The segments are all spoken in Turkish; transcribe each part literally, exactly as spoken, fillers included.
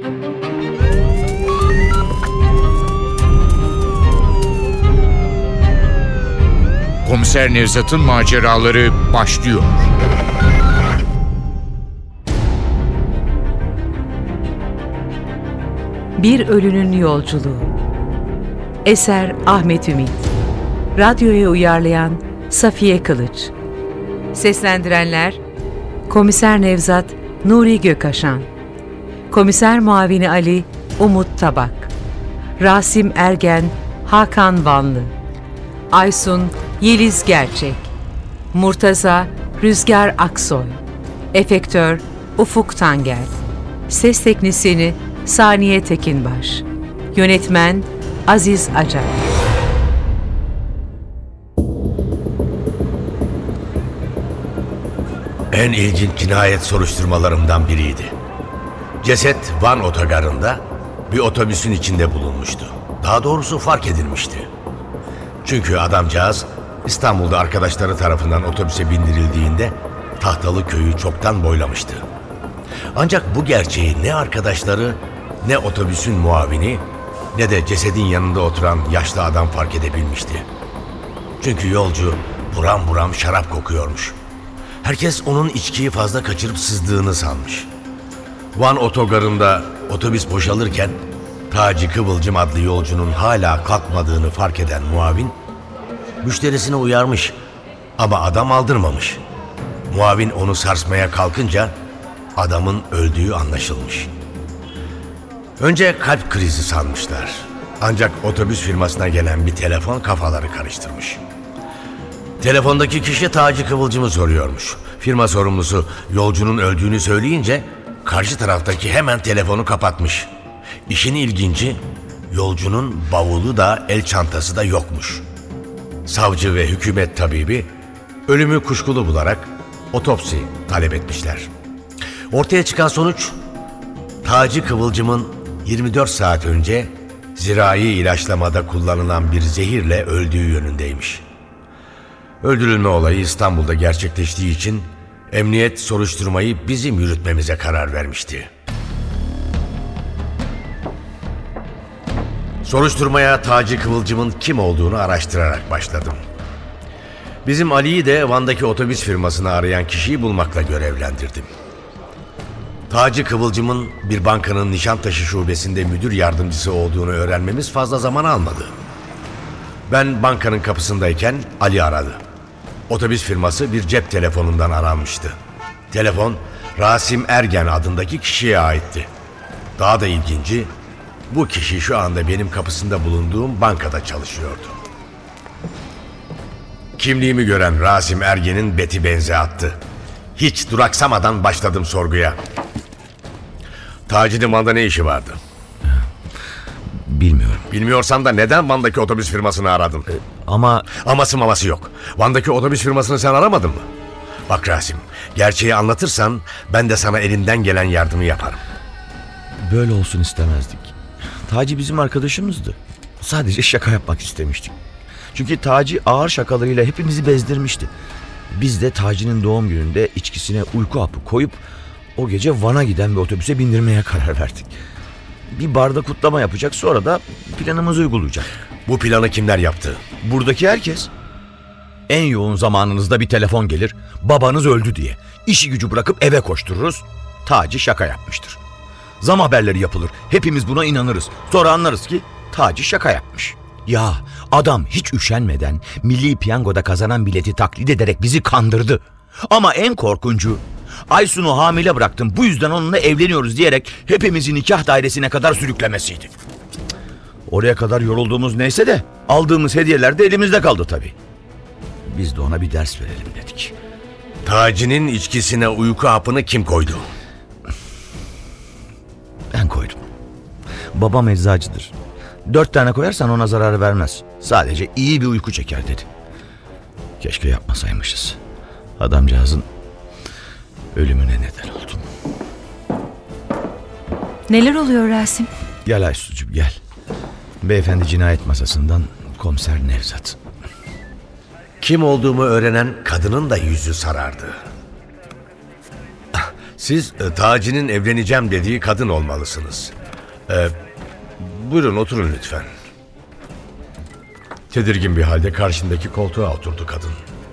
Komiser Nevzat'ın maceraları başlıyor. Bir Ölünün Yolculuğu. Eser Ahmet Ümit. Radyoya uyarlayan Safiye Kılıç. Seslendirenler: Komiser Nevzat Nuri Gökaşan, Komiser Muavini Ali Umut Tabak, Rasim Ergen Hakan Vanlı, Aysun Yeliz Gerçek, Murtaza Rüzgar Aksoy, Efektör Ufuk Tangel, Ses Teknisyeni Saniye Tekinbaş, Yönetmen Aziz Acar. En ilginç cinayet soruşturmalarımdan biriydi. Ceset Van otogarında bir otobüsün içinde bulunmuştu. Daha doğrusu fark edilmişti. Çünkü adamcağız İstanbul'da arkadaşları tarafından otobüse bindirildiğinde Tahtalı köyü çoktan boylamıştı. Ancak bu gerçeği ne arkadaşları, ne otobüsün muavini, ne de cesedin yanında oturan yaşlı adam fark edebilmişti. Çünkü yolcu buram buram şarap kokuyormuş. Herkes onun içkiyi fazla kaçırıp sızdığını sanmış. Van otogarında otobüs boşalırken Taci Kıvılcım adlı yolcunun hala kalkmadığını fark eden muavin müşterisine uyarmış ama adam aldırmamış. Muavin onu sarsmaya kalkınca adamın öldüğü anlaşılmış. Önce kalp krizi sanmışlar. Ancak otobüs firmasına gelen bir telefon kafaları karıştırmış. Telefondaki kişi Taci Kıvılcım'ı soruyormuş. Firma sorumlusu yolcunun öldüğünü söyleyince karşı taraftaki hemen telefonu kapatmış. İşin ilginci, yolcunun bavulu da el çantası da yokmuş. Savcı ve hükümet tabibi ölümü kuşkulu bularak otopsi talep etmişler. Ortaya çıkan sonuç, Taci Kıvılcım'ın yirmi dört saat önce zirai ilaçlamada kullanılan bir zehirle öldüğü yönündeymiş. Öldürülme olayı İstanbul'da gerçekleştiği için emniyet soruşturmayı bizim yürütmemize karar vermişti. Soruşturmaya Taci Kıvılcım'ın kim olduğunu araştırarak başladım. Bizim Ali'yi de Van'daki otobüs firmasını arayan kişiyi bulmakla görevlendirdim. Taci Kıvılcım'ın bir bankanın Nişantaşı şubesinde müdür yardımcısı olduğunu öğrenmemiz fazla zaman almadı. Ben bankanın kapısındayken Ali aradı. Otobüs firması bir cep telefonundan aranmıştı. Telefon Rasim Ergen adındaki kişiye aitti. Daha da ilginci, bu kişi şu anda benim kapısında bulunduğum bankada çalışıyordu. Kimliğimi gören Rasim Ergen'in beti benze attı. Hiç duraksamadan başladım sorguya. Taci'nin Van'da ne işi vardı? Bilmiyorum. Bilmiyorsan da neden Van'daki otobüs firmasını aradın? Ee, ama... Aması maması yok. Van'daki otobüs firmasını sen aramadın mı? Bak Rasim, gerçeği anlatırsan ben de sana elimden gelen yardımı yaparım. Böyle olsun istemezdik. Taci bizim arkadaşımızdı. Sadece şaka yapmak istemiştik. Çünkü Taci ağır şakalarıyla hepimizi bezdirmişti. Biz de Taci'nin doğum gününde içkisine uyku hapı koyup o gece Van'a giden bir otobüse bindirmeye karar verdik. Bir barda kutlama yapacak, sonra da planımızı uygulayacak. Bu planı kimler yaptı? Buradaki herkes. En yoğun zamanınızda bir telefon gelir, babanız öldü diye. İşi gücü bırakıp eve koştururuz. Taci şaka yapmıştır. Zam haberleri yapılır, hepimiz buna inanırız. Sonra anlarız ki Taci şaka yapmış. Ya adam hiç üşenmeden Milli Piyango'da kazanan bileti taklit ederek bizi kandırdı. Ama en korkuncu, Aysun'u hamile bıraktım, bu yüzden onunla evleniyoruz diyerek hepimizi nikah dairesine kadar sürüklemesiydi. Oraya kadar yorulduğumuz neyse de aldığımız hediyeler de elimizde kaldı tabii. Biz de ona bir ders verelim dedik. Taci'nin içkisine uyku hapını kim koydu? Ben koydum. Babam eczacıdır. Dört tane koyarsan ona zarar vermez. Sadece iyi bir uyku çeker dedi. Keşke yapmasaymışız. Adamcağızın ölümüne neden oldum. Neler oluyor Rasim? Gel Aysucuğum gel. Beyefendi cinayet masasından komiser Nevzat. Kim olduğumu öğrenen kadının da yüzü sarardı. Siz e, Taci'nin evleneceğim dediği kadın olmalısınız. E, buyurun oturun lütfen. Tedirgin bir halde karşındaki koltuğa oturdu kadın.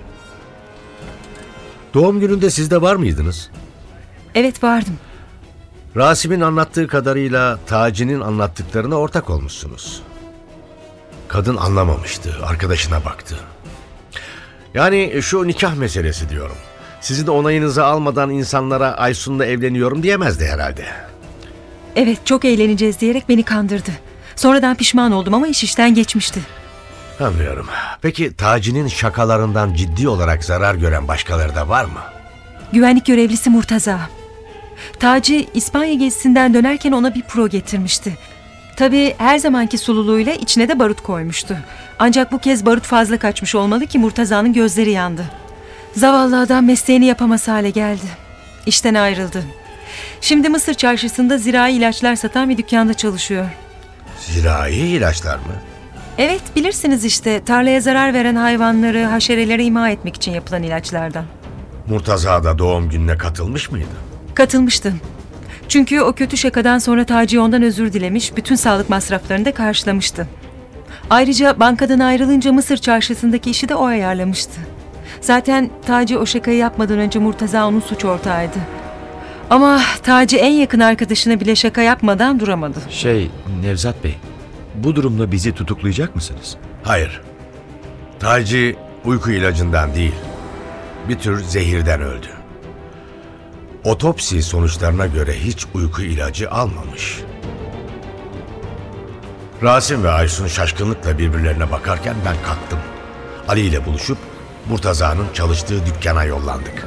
Doğum gününde siz de var mıydınız? Evet, vardım. Rasim'in anlattığı kadarıyla Taci'nin anlattıklarına ortak olmuşsunuz. Kadın anlamamıştı, arkadaşına baktı. Yani şu nikah meselesi diyorum. Sizin onayınızı almadan insanlara Aysun'la evleniyorum diyemezdi herhalde. Evet, çok eğleneceğiz diyerek beni kandırdı. Sonradan pişman oldum ama iş işten geçmişti. Anlıyorum. Peki Taci'nin şakalarından ciddi olarak zarar gören başkaları da var mı? Güvenlik görevlisi Murtaza. Taci İspanya gezisinden dönerken ona bir pro getirmişti. Tabii her zamanki sululuğuyla içine de barut koymuştu. Ancak bu kez barut fazla kaçmış olmalı ki Murtaza'nın gözleri yandı. Zavallı adam mesleğini yapamaz hale geldi. İşten ayrıldı. Şimdi Mısır çarşısında zirai ilaçlar satan bir dükkanda çalışıyor. Zirai ilaçlar mı? Evet, bilirsiniz işte, tarlaya zarar veren hayvanları, haşereleri imha etmek için yapılan ilaçlardan. Murtaza da doğum gününe katılmış mıydı? Katılmıştı. Çünkü o kötü şakadan sonra Taci ondan özür dilemiş, bütün sağlık masraflarını da karşılamıştı. Ayrıca bankadan ayrılınca Mısır çarşısındaki işi de o ayarlamıştı. Zaten Taci o şakayı yapmadan önce Murtaza onun suç ortağıydı. Ama Taci en yakın arkadaşına bile şaka yapmadan duramadı. Şey, Nevzat Bey, bu durumda bizi tutuklayacak mısınız? Hayır. Taci uyku ilacından değil, bir tür zehirden öldü. Otopsi sonuçlarına göre hiç uyku ilacı almamış. Rasim ve Aysun şaşkınlıkla birbirlerine bakarken ben kalktım. Ali ile buluşup Murtaza'nın çalıştığı dükkana yollandık.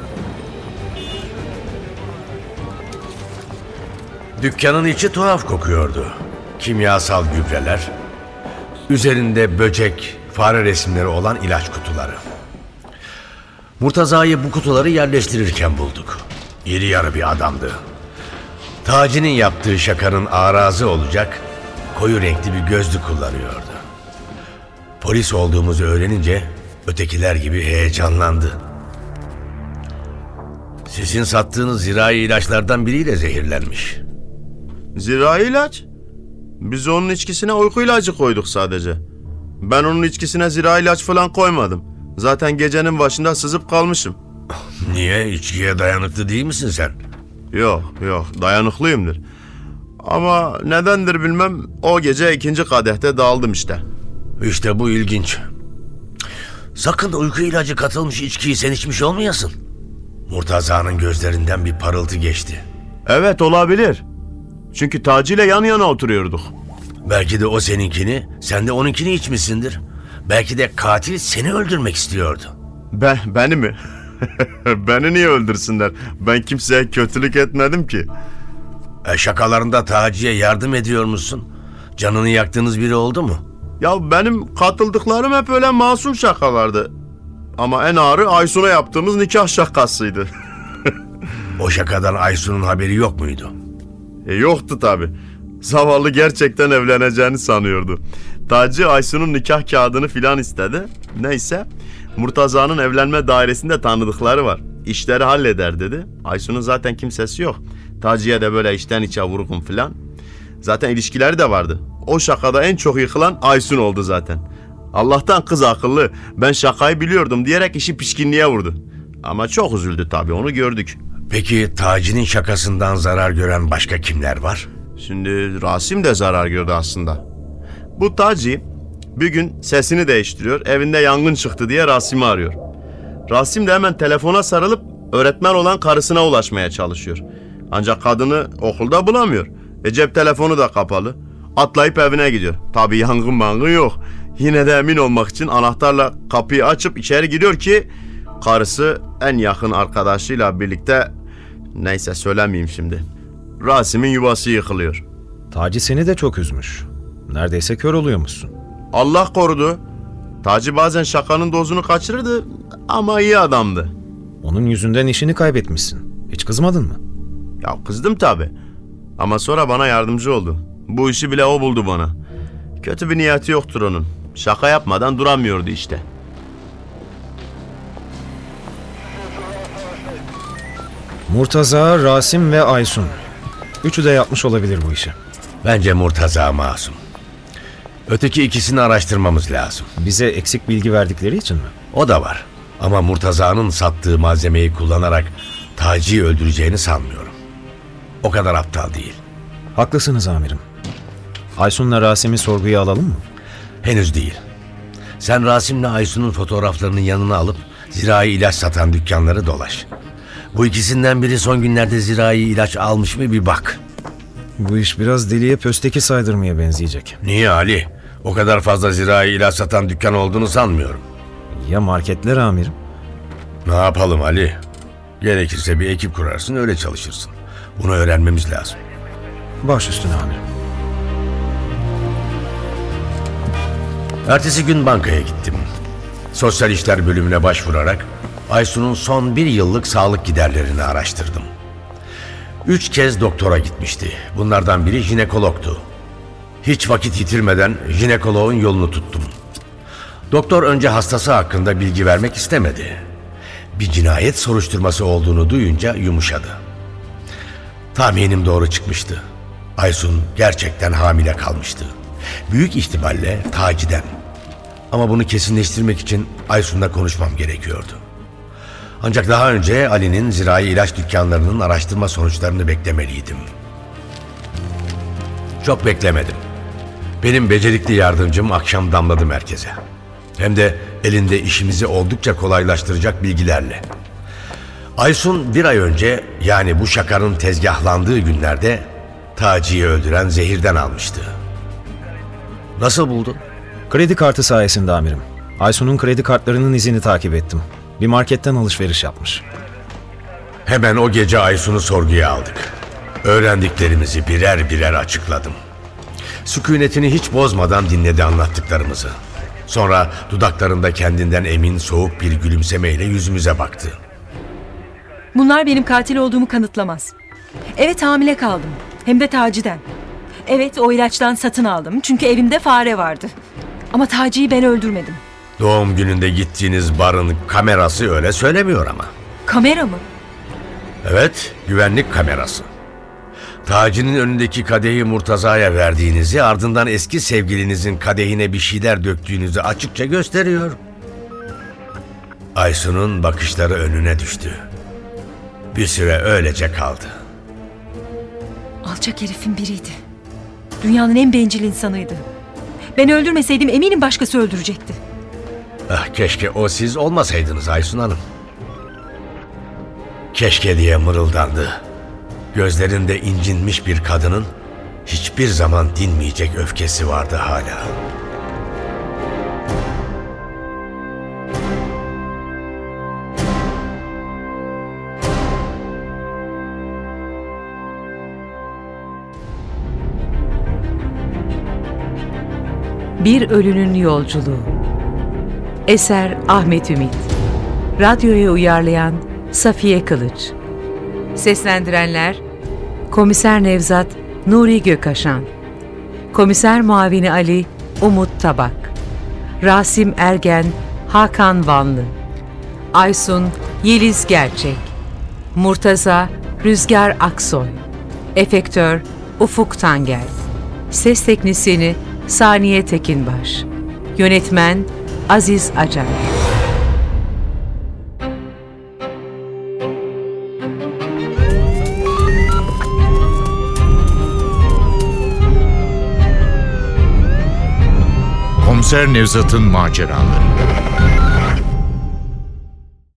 Dükkanın içi tuhaf kokuyordu. Kimyasal gübreler, üzerinde böcek, fare resimleri olan ilaç kutuları. Murtaza'yı bu kutuları yerleştirirken bulduk. İri yarı bir adamdı. Taci'nin yaptığı şakanın arazı olacak koyu renkli bir gözlük kullanıyordu. Polis olduğumuzu öğrenince ötekiler gibi heyecanlandı. Sizin sattığınız zirai ilaçlardan biriyle zehirlenmiş. Zirai ilaç? Biz onun içkisine uyku ilacı koyduk sadece. Ben onun içkisine zirai ilaç falan koymadım. Zaten gecenin başında sızıp kalmışım. Niye? İçkiye dayanıklı değil misin sen? Yok yok, dayanıklıyımdır. Ama nedendir bilmem, o gece ikinci kadehte dağıldım işte. İşte bu ilginç. Sakın uyku ilacı katılmış içkiyi sen içmiş olmayasın. Murtaza'nın gözlerinden bir parıltı geçti. Evet, olabilir. Çünkü Taci ile yan yana oturuyorduk. Belki de o seninkini, sen de onunkini içmişsindir. Belki de katil seni öldürmek istiyordu. Ben, beni mi? Beni niye öldürsünler? Ben kimseye kötülük etmedim ki. E, şakalarında Taci'ye yardım ediyor musun? Canını yaktığınız biri oldu mu? Ya benim katıldıklarım hep öyle masum şakalardı. Ama en ağırı Aysun'a yaptığımız nikah şakasıydı. O şakadan Aysun'un haberi yok muydu? E, yoktu tabii. Zavallı gerçekten evleneceğini sanıyordu. Taci Aysun'un nikah kağıdını filan istedi. Neyse, Murtaza'nın evlenme dairesinde tanıdıkları var. İşleri halleder dedi. Aysun'un zaten kimsesi yok. Taci'ye de böyle içten içe vurukum filan. Zaten ilişkileri de vardı. O şakada en çok yıkılan Aysun oldu zaten. Allah'tan kız akıllı, ben şakayı biliyordum diyerek işi pişkinliğe vurdu. Ama çok üzüldü tabii, onu gördük. Peki Taci'nin şakasından zarar gören başka kimler var? Şimdi Rasim de zarar gördü aslında. Bu Taci bir gün sesini değiştiriyor, evinde yangın çıktı diye Rasim'i arıyor. Rasim de hemen telefona sarılıp öğretmen olan karısına ulaşmaya çalışıyor. Ancak kadını okulda bulamıyor. E cep telefonu da kapalı. Atlayıp evine gidiyor. Tabii yangın mangın yok. Yine de emin olmak için anahtarla kapıyı açıp içeri giriyor ki karısı en yakın arkadaşıyla birlikte, neyse söylemeyeyim şimdi, Rasim'in yuvası yıkılıyor. Taci seni de çok üzmüş. Neredeyse kör oluyormuşsun. Allah korudu. Taci bazen şakanın dozunu kaçırırdı ama iyi adamdı. Onun yüzünden işini kaybetmişsin. Hiç kızmadın mı? Ya kızdım tabii. Ama sonra bana yardımcı oldu. Bu işi bile o buldu bana. Kötü bir niyeti yoktur onun. Şaka yapmadan duramıyordu işte. Murtaza, Rasim ve Aysun. Üçü de yapmış olabilir bu işi. Bence Murtaza masum. Öteki ikisini araştırmamız lazım. Bize eksik bilgi verdikleri için mi? O da var. Ama Murtaza'nın sattığı malzemeyi kullanarak Taci'yi öldüreceğini sanmıyorum. O kadar aptal değil. Haklısınız amirim. Aysun'la Rasim'i sorguya alalım mı? Henüz değil. Sen Rasim'le Aysun'un fotoğraflarının yanına alıp zirai ilaç satan dükkanları dolaş. Bu ikisinden biri son günlerde zirai ilaç almış mı bir bak. Bu iş biraz deliye pösteki saydırmaya benzeyecek. Niye Ali? O kadar fazla zirai ilaç satan dükkan olduğunu sanmıyorum. Ya marketler amirim? Ne yapalım Ali? Gerekirse bir ekip kurarsın, öyle çalışırsın. Bunu öğrenmemiz lazım. Baş üstüne amirim. Ertesi gün bankaya gittim. Sosyal işler bölümüne başvurarak Aysun'un son bir yıllık sağlık giderlerini araştırdım. Üç kez doktora gitmişti. Bunlardan biri jinekologtu. Hiç vakit yitirmeden jinekoloğun yolunu tuttum. Doktor önce hastası hakkında bilgi vermek istemedi. Bir cinayet soruşturması olduğunu duyunca yumuşadı. Tahminim doğru çıkmıştı. Aysun gerçekten hamile kalmıştı. Büyük ihtimalle Taci'den. Ama bunu kesinleştirmek için Aysun'la konuşmam gerekiyordu. Ancak daha önce Ali'nin zirai ilaç dükkanlarının araştırma sonuçlarını beklemeliydim. Çok beklemedim. Benim becerikli yardımcım akşam damladı merkeze. Hem de elinde işimizi oldukça kolaylaştıracak bilgilerle. Aysun bir ay önce, yani bu şakanın tezgahlandığı günlerde Taci'yi öldüren zehirden almıştı. Nasıl buldun? Kredi kartı sayesinde amirim. Aysun'un kredi kartlarının izini takip ettim. Bir marketten alışveriş yapmış. Hemen o gece Aysun'u sorguya aldık. Öğrendiklerimizi birer birer açıkladım. Sükunetini hiç bozmadan dinledi anlattıklarımızı. Sonra dudaklarında kendinden emin soğuk bir gülümsemeyle yüzümüze baktı. Bunlar benim katil olduğumu kanıtlamaz. Evet, hamile kaldım. Hem de Taci'den. Evet, o ilaçtan satın aldım. Çünkü evimde fare vardı. Ama Taci'yi ben öldürmedim. Doğum gününde gittiğiniz barın kamerası öyle söylemiyor ama. Kamera mı? Evet, güvenlik kamerası. Taci'nin önündeki kadehi Murtaza'ya verdiğinizi, ardından eski sevgilinizin kadehine bir şeyler döktüğünüzü açıkça gösteriyor. Aysun'un bakışları önüne düştü. Bir süre öylece kaldı. Alçak herifin biriydi. Dünyanın en bencil insanıydı. Ben öldürmeseydim eminim başkası öldürecekti. Ah, keşke o siz olmasaydınız Aysun Hanım. Keşke diye mırıldandı. Gözlerinde incinmiş bir kadının hiçbir zaman dinmeyecek öfkesi vardı hala. Bir Ölünün Yolculuğu. Eser Ahmet Ümit. Radyoya uyarlayan Safiye Kılıç. Seslendirenler: Komiser Nevzat Nuri Gökaşan, Komiser Muavini Ali Umut Tabak, Rasim Ergen Hakan Vanlı, Aysun Yeliz Gerçek, Murtaza Rüzgar Aksoy, Efektör Ufuk Tangel, Ses Teknisyeni Saniye Tekinbaş, Yönetmen Aziz Acar. Komiser Nevzat'ın maceraları.